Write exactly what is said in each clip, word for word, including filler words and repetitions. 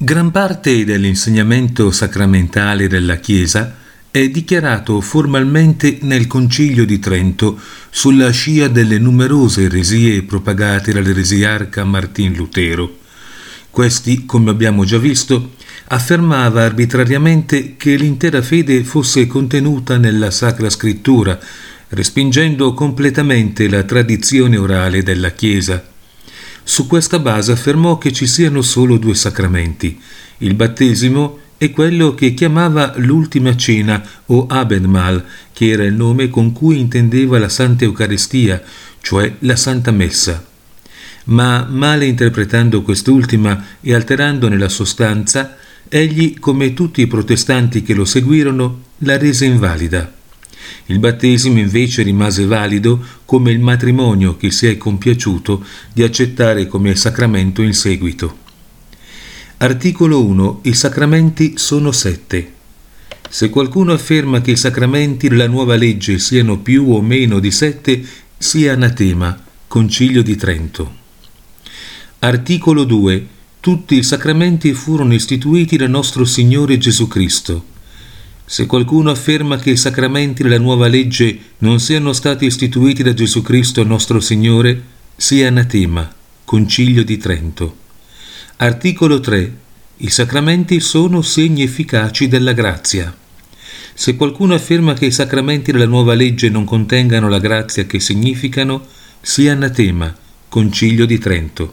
Gran parte dell'insegnamento sacramentale della Chiesa è dichiarato formalmente nel Concilio di Trento sulla scia delle numerose eresie propagate dall'eresiarca Martin Lutero. Questi, come abbiamo già visto, affermava arbitrariamente che l'intera fede fosse contenuta nella Sacra Scrittura, respingendo completamente la tradizione orale della Chiesa. Su questa base affermò che ci siano solo due sacramenti, il battesimo e quello che chiamava l'ultima cena o Abendmahl, che era il nome con cui intendeva la Santa Eucaristia, cioè la Santa Messa. Ma male interpretando quest'ultima e alterandone la sostanza, egli, come tutti i protestanti che lo seguirono, la rese invalida. Il battesimo invece rimase valido come il matrimonio che si è compiaciuto di accettare come sacramento in seguito. Articolo uno. I sacramenti sono sette. Se qualcuno afferma che i sacramenti della nuova legge siano più o meno di sette, sia anatema. Concilio di Trento. Articolo due. Tutti i sacramenti furono istituiti da nostro Signore Gesù Cristo. Se qualcuno afferma che i sacramenti della nuova legge non siano stati istituiti da Gesù Cristo nostro Signore, sia anatema. Concilio di Trento. Articolo tre. I sacramenti sono segni efficaci della grazia. Se qualcuno afferma che i sacramenti della nuova legge non contengano la grazia che significano, sia anatema. Concilio di Trento.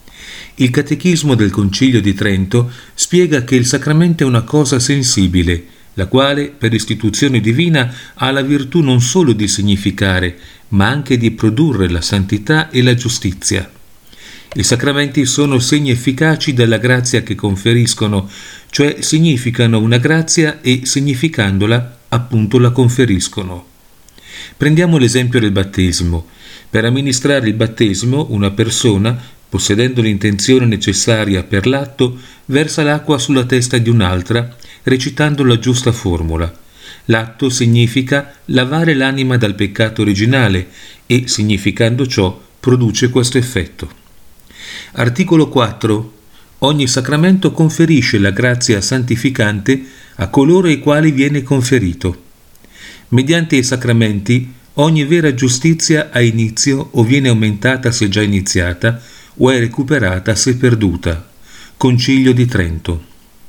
Il Catechismo del Concilio di Trento spiega che il sacramento è una cosa sensibile, la quale, per istituzione divina, ha la virtù non solo di significare, ma anche di produrre la santità e la giustizia. I sacramenti sono segni efficaci della grazia che conferiscono, cioè significano una grazia e, significandola, appunto la conferiscono. Prendiamo l'esempio del battesimo. Per amministrare il battesimo, una persona, possedendo l'intenzione necessaria per l'atto, versa l'acqua sulla testa di un'altra, recitando la giusta formula. L'atto significa lavare l'anima dal peccato originale e, significando ciò, produce questo effetto. Articolo quattro. Ogni sacramento conferisce la grazia santificante a coloro ai quali viene conferito. Mediante i sacramenti, ogni vera giustizia ha inizio o viene aumentata se già iniziata o è recuperata se perduta. Concilio di Trento.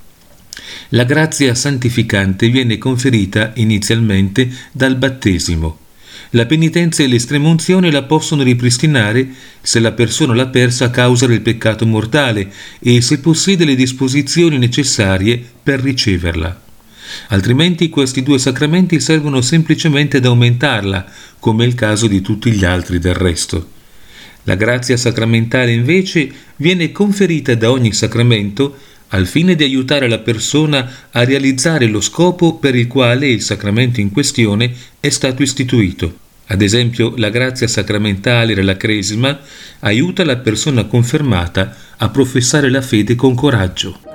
La grazia santificante viene conferita inizialmente dal battesimo. La penitenza e l'estremunzione la possono ripristinare se la persona l'ha persa a causa del peccato mortale e se possiede le disposizioni necessarie per riceverla. Altrimenti questi due sacramenti servono semplicemente ad aumentarla, come è il caso di tutti gli altri del resto. La grazia sacramentale invece viene conferita da ogni sacramento al fine di aiutare la persona a realizzare lo scopo per il quale il sacramento in questione è stato istituito. Ad esempio, la grazia sacramentale della Cresima aiuta la persona confermata a professare la fede con coraggio.